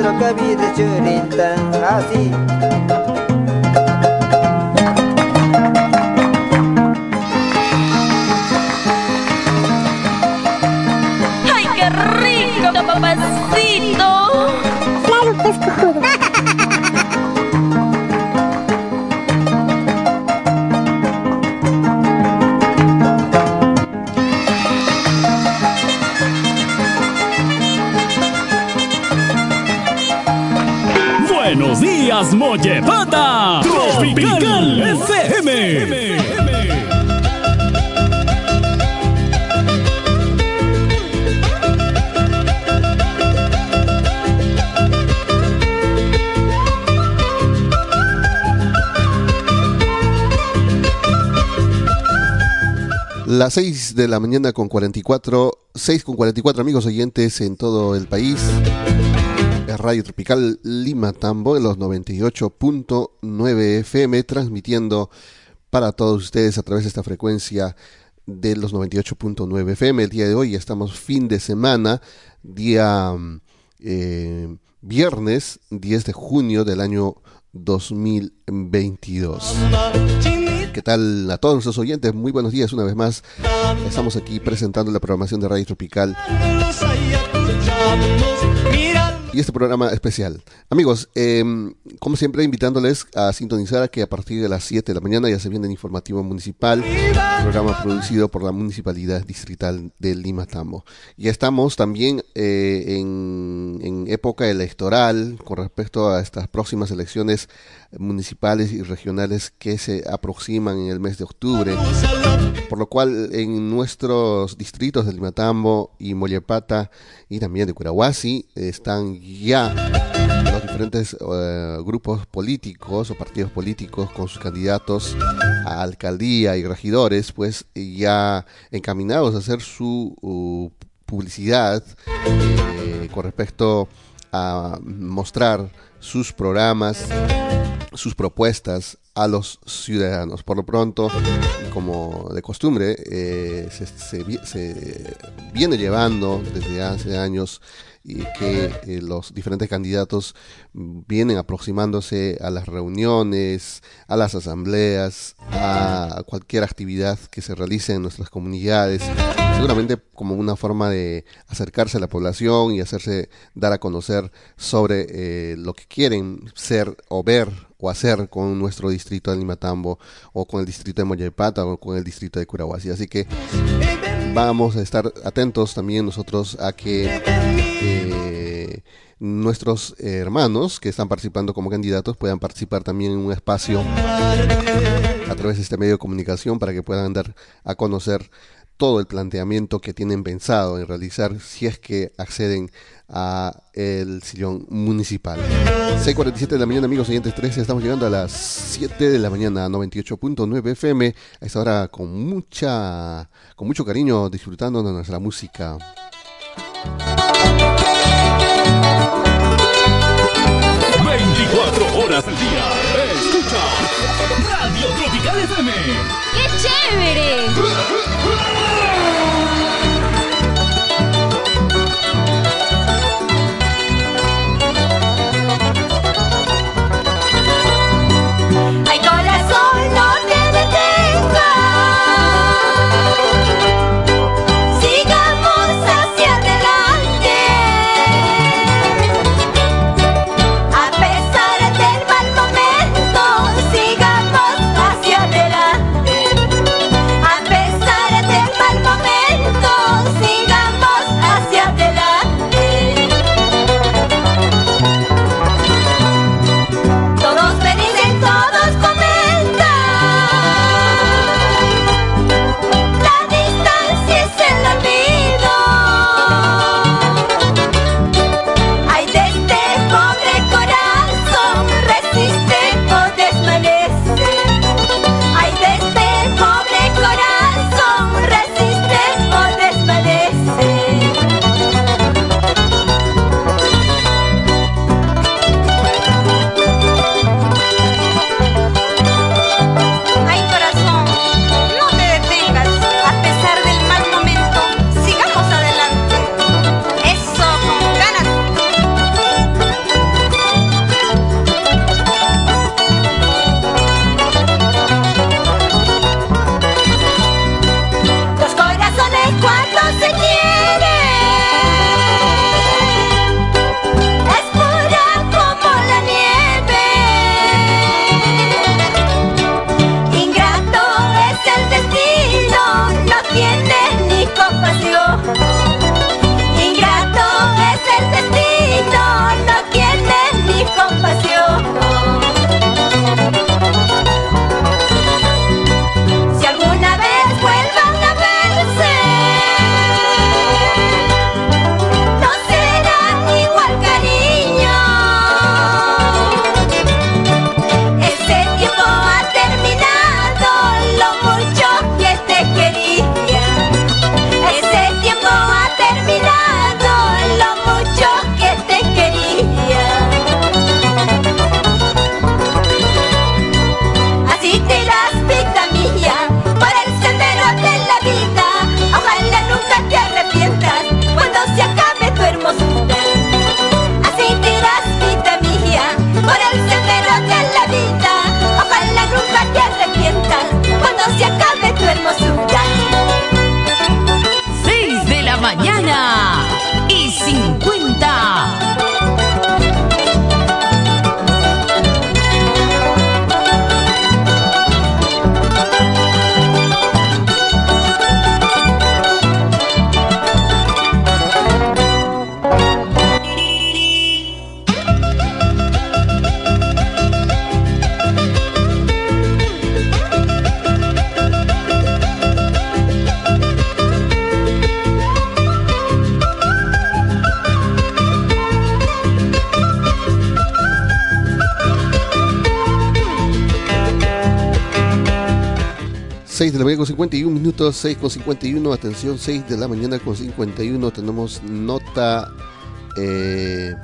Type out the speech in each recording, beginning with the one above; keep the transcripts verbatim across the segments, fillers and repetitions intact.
Pedro Cavide Churinta, así. ¡Ay, qué rico, papacito! Claro, pues, cojudo. Buenos días, Mollepata. Tropical F M. Las seis de la mañana con cuarenta y cuatro, seis con cuarenta y cuatro amigos oyentes en todo el país. Es Radio Tropical Lima Tambo en los noventa y ocho punto nueve F M, transmitiendo para todos ustedes a través de esta frecuencia de los noventa y ocho punto nueve F M. El día de hoy estamos fin de semana, día eh, viernes diez de junio del año dos mil veintidós. ¿Qué tal a todos nuestros oyentes? Muy buenos días una vez más. Estamos aquí presentando la programación de Radio Tropical y este programa especial. Amigos, eh, como siempre invitándoles a sintonizar a que a partir de las siete de la mañana ya se viene el informativo municipal, programa producido por la Municipalidad Distrital de Lima Tambo. Ya estamos también eh, en, en época electoral con respecto a estas próximas elecciones municipales y regionales que se aproximan en el mes de octubre, por lo cual en nuestros distritos de Lima Tambo y Mollepata y también de Curahuasi están ya los diferentes uh, grupos políticos o partidos políticos con sus candidatos a alcaldía y regidores, pues ya encaminados a hacer su uh, publicidad eh, con respecto a mostrar sus programas, sus propuestas a los ciudadanos. Por lo pronto, como de costumbre, eh, se, se, se viene llevando desde hace años y que eh, los diferentes candidatos vienen aproximándose a las reuniones, a las asambleas, a cualquier actividad que se realice en nuestras comunidades, seguramente como una forma de acercarse a la población y hacerse dar a conocer sobre eh, lo que quieren ser o ver o hacer con nuestro distrito de Lima Tambo o con el distrito de Mollepata o con el distrito de Curahuasi. Así que vamos a estar atentos también nosotros a que eh, nuestros eh, hermanos que están participando como candidatos puedan participar también en un espacio a través de este medio de comunicación para que puedan dar a conocer todo el planteamiento que tienen pensado en realizar si es que acceden a el sillón municipal. seis cuarenta y siete de la mañana, amigos oyentes, trece, estamos llegando a las siete de la mañana, noventa y ocho punto nueve F M, a esta hora con mucha, con mucho cariño, disfrutando de nuestra música. veinticuatro horas al día. Escucha Radio Tropical F M. ¡Qué chévere! ¡Ay, corazón, no te detengas! Sigamos hacia adelante. seis de la mañana con cincuenta y uno minutos, seis con cincuenta y uno, atención, seis de la mañana con cincuenta y uno, tenemos nota eh,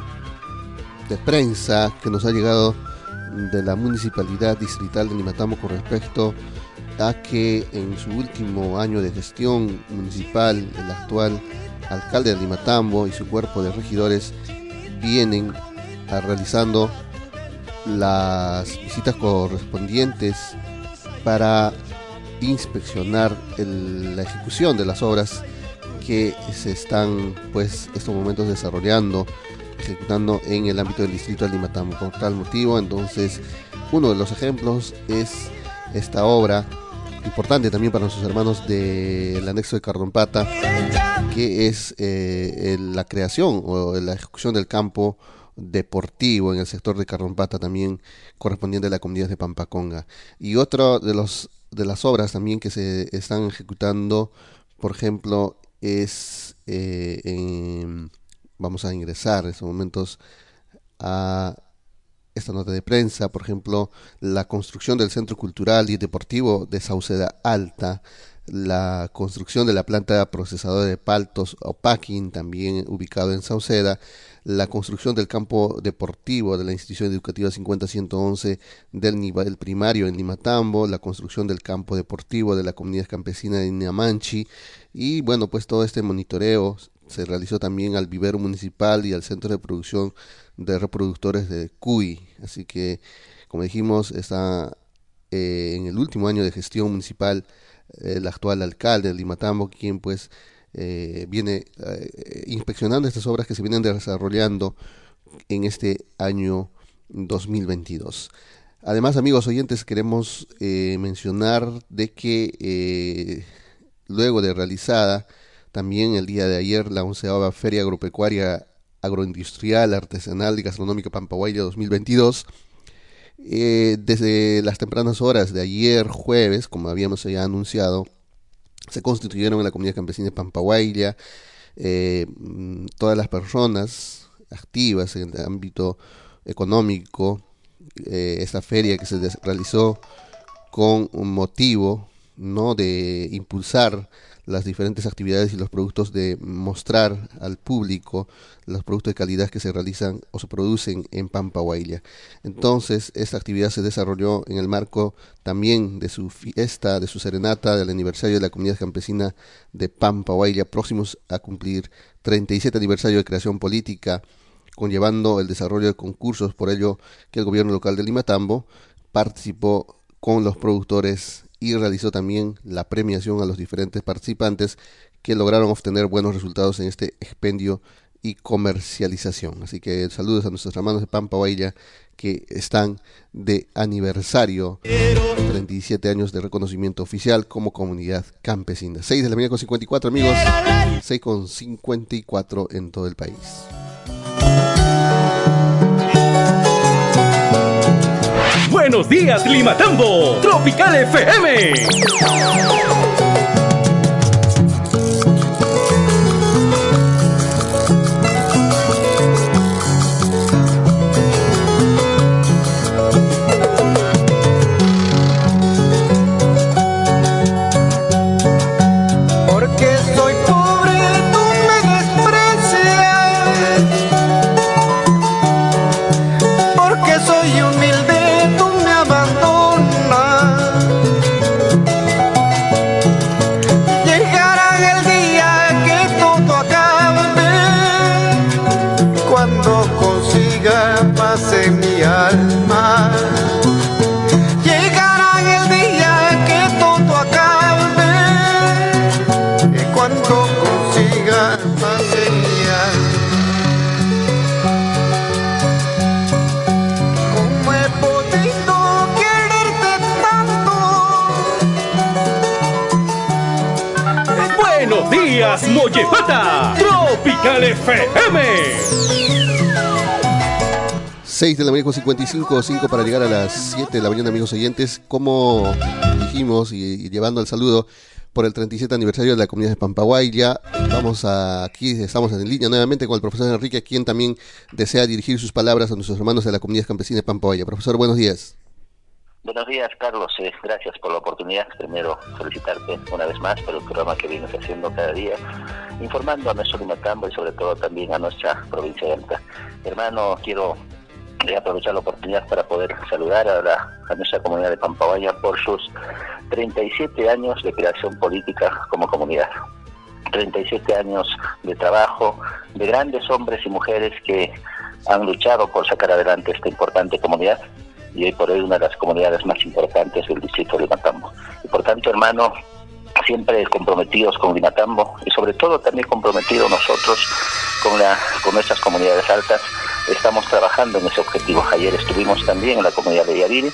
de prensa que nos ha llegado de la Municipalidad Distrital de Limatambo con respecto a que en su último año de gestión municipal, el actual alcalde de Limatambo y su cuerpo de regidores vienen a realizando las visitas correspondientes para inspeccionar el, la ejecución de las obras que se están pues estos momentos desarrollando, ejecutando en el ámbito del distrito de Limatambo. Por tal motivo, entonces, uno de los ejemplos es esta obra importante también para nuestros hermanos del anexo de Cardompata, que es eh, el, la creación o la ejecución del campo deportivo en el sector de Cardompata, también correspondiente a la comunidad de Pampaconga. Y otra de los de las obras también que se están ejecutando, por ejemplo, es eh, en, vamos a ingresar en estos momentos a esta nota de prensa, por ejemplo, la construcción del Centro Cultural y Deportivo de Sauceda Alta, la construcción de la planta procesadora de paltos o packing, también ubicado en Sauceda, la construcción del campo deportivo de la institución educativa cincuenta ciento once del nivel primario en Limatambo, la construcción del campo deportivo de la comunidad campesina de Niamanchi, y bueno, pues todo este monitoreo se realizó también al vivero municipal y al centro de producción de reproductores de Cuy. Así que, como dijimos, está eh, en el último año de gestión municipal el actual alcalde de Limatambo, quien pues eh, viene eh, inspeccionando estas obras que se vienen desarrollando en este año dos mil veintidós. Además, amigos oyentes, queremos eh, mencionar de que eh, luego de realizada también el día de ayer la onceava Feria Agropecuaria, Agroindustrial, Artesanal y Gastronómica Pampahuaylla dos mil veintidós, Eh, desde las tempranas horas de ayer jueves, como habíamos ya anunciado, se constituyeron en la comunidad campesina de Pampahuaylla eh, todas las personas activas en el ámbito económico. Eh, esta feria que se realizó con un motivo, ¿no?, de impulsar las diferentes actividades y los productos, de mostrar al público los productos de calidad que se realizan o se producen en Pampahuaylla. Entonces, esta actividad se desarrolló en el marco también de su fiesta, de su serenata, del aniversario de la comunidad campesina de Pampahuaylla, próximos a cumplir treinta y siete aniversario de creación política, conllevando el desarrollo de concursos. Por ello que el gobierno local de Limatambo participó con los productores y realizó también la premiación a los diferentes participantes que lograron obtener buenos resultados en este expendio y comercialización. Así que saludos a nuestros hermanos de Pampahuaylla que están de aniversario, treinta y siete años de reconocimiento oficial como comunidad campesina. seis de la mañana con cincuenta y cuatro, amigos, seis con cincuenta y cuatro en todo el país. Buenos días, Limatambo, Tropical F M. Porque soy pobre, tú me desprecias. Porque soy humilde, tú me abandonas. Llegará el día que todo acabe, cuando consiga paz en mi alma. Llegará el día que todo acabe, y cuando consiga paz en mi alma. ¿Cómo he podido quererte tanto? Buenos días, Mollepata, Tropical F M. seis de la mañana con cincuenta y cinco, cinco para llegar a las siete de la mañana, amigos oyentes. Como dijimos, y, y llevando el saludo por el treinta y siete aniversario de la comunidad de Pampahuaylla, vamos a, aquí estamos en línea nuevamente con el profesor Enrique, quien también desea dirigir sus palabras a nuestros hermanos de la comunidad campesina de Pampahuaylla. Profesor, buenos días. Buenos días, Carlos. Eh, gracias por la oportunidad. Primero, felicitarte una vez más por el programa que vienes haciendo cada día, informando a nuestro Limatambo y sobre todo también a nuestra provincia de Alta. Hermano, quiero eh, aprovechar la oportunidad para poder saludar a, la, a nuestra comunidad de Pampawaya por sus treinta y siete años de creación política como comunidad. treinta y siete años de trabajo, de grandes hombres y mujeres que han luchado por sacar adelante esta importante comunidad, y hoy por hoy una de las comunidades más importantes del distrito de Limatambo. Y por tanto, hermano, siempre comprometidos con Limatambo y sobre todo también comprometidos nosotros con, la, con nuestras comunidades altas, estamos trabajando en ese objetivo. Ayer estuvimos también en la comunidad de Yaviri,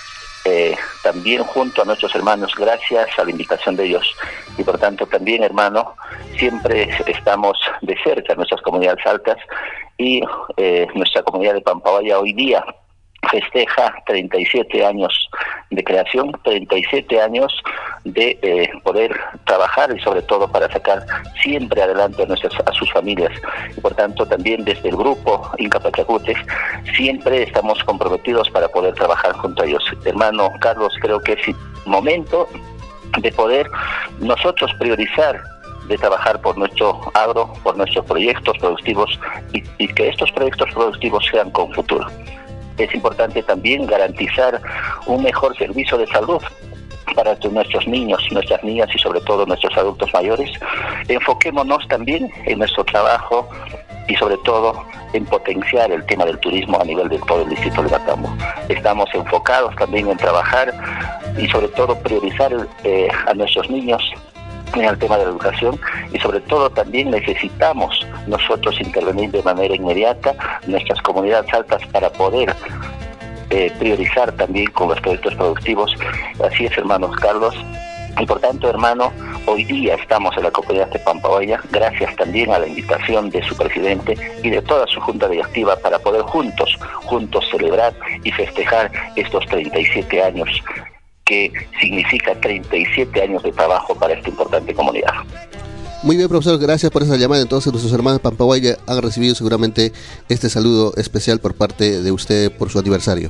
eh, también junto a nuestros hermanos, gracias a la invitación de ellos. Y por tanto también, hermano, siempre estamos de cerca a nuestras comunidades altas y eh, nuestra comunidad de Pampawaya hoy día festeja treinta y siete años de creación, treinta y siete años de eh, poder trabajar y sobre todo para sacar siempre adelante a, nuestras, a sus familias. Y por tanto también desde el grupo Inca Pachacútec siempre estamos comprometidos para poder trabajar junto a ellos. Hermano Carlos, creo que es momento de poder nosotros priorizar de trabajar por nuestro agro, por nuestros proyectos productivos y, y que estos proyectos productivos sean con futuro. Es importante también garantizar un mejor servicio de salud para que nuestros niños, nuestras niñas y sobre todo nuestros adultos mayores. Enfoquémonos también en nuestro trabajo y sobre todo en potenciar el tema del turismo a nivel de todo el distrito de Limatambo. Estamos enfocados también en trabajar y sobre todo priorizar eh, a nuestros niños en el tema de la educación y sobre todo también necesitamos nosotros intervenir de manera inmediata nuestras comunidades altas para poder eh, priorizar también con los proyectos productivos. Así es, hermanos Carlos. Y por tanto, hermano, hoy día estamos en la comunidad de Pampawaya, gracias también a la invitación de su presidente y de toda su junta directiva para poder juntos, juntos celebrar y festejar estos treinta y siete años que significa treinta y siete años de trabajo para esta importante comunidad. Muy bien, profesor, gracias por esa llamada. Entonces nuestros hermanos de Pampawaya han recibido seguramente este saludo especial por parte de usted por su aniversario.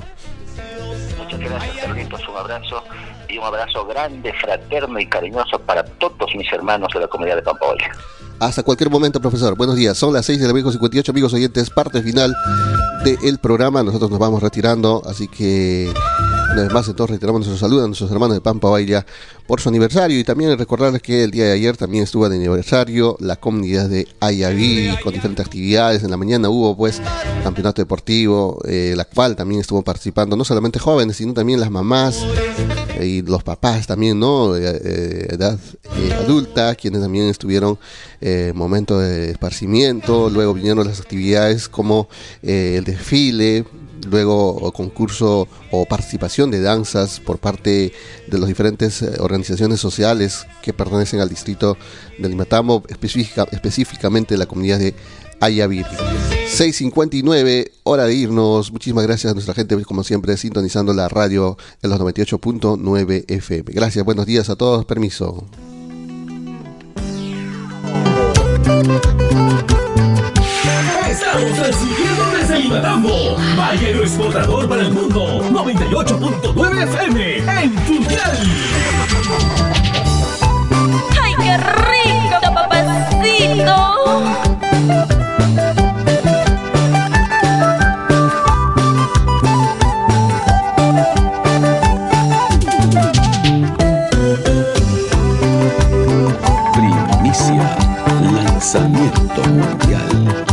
Muchas gracias, Carlitos, un abrazo y un abrazo grande, fraterno y cariñoso para todos mis hermanos de la comunidad de Pampawaya. Hasta cualquier momento, profesor. Buenos días. Son las seis de la mañana cincuenta y ocho, amigos oyentes, parte final del programa. Nosotros nos vamos retirando, así que una vez más, entonces reiteramos nuestros saludos a nuestros hermanos de Pampawaya por su aniversario y también recordarles que el día de ayer también estuvo de aniversario la comunidad de Ayaví con diferentes actividades. En la mañana hubo pues campeonato deportivo, eh, la cual también estuvo participando no solamente jóvenes, sino también las mamás eh, y los papás también, ¿no? Eh, eh, edad eh, adulta, quienes también estuvieron eh, momento de esparcimiento. Luego vinieron las actividades como eh, el desfile, luego concurso o participación de danzas por parte de las diferentes eh, organizaciones sociales que pertenecen al distrito de Limatambo, específica, específicamente la comunidad de Ayaví. seis cincuenta y nueve, hora de irnos. Muchísimas gracias a nuestra gente, como siempre, sintonizando la radio en los noventa y ocho punto nueve F M. Gracias, buenos días a todos, permiso. Estamos transmitiendo desde Limatambo, Ballero exportador para el mundo, noventa y ocho punto nueve F M en Tuncal. ¡Ay, qué rico, papacito! Primicia, lanzamiento mundial.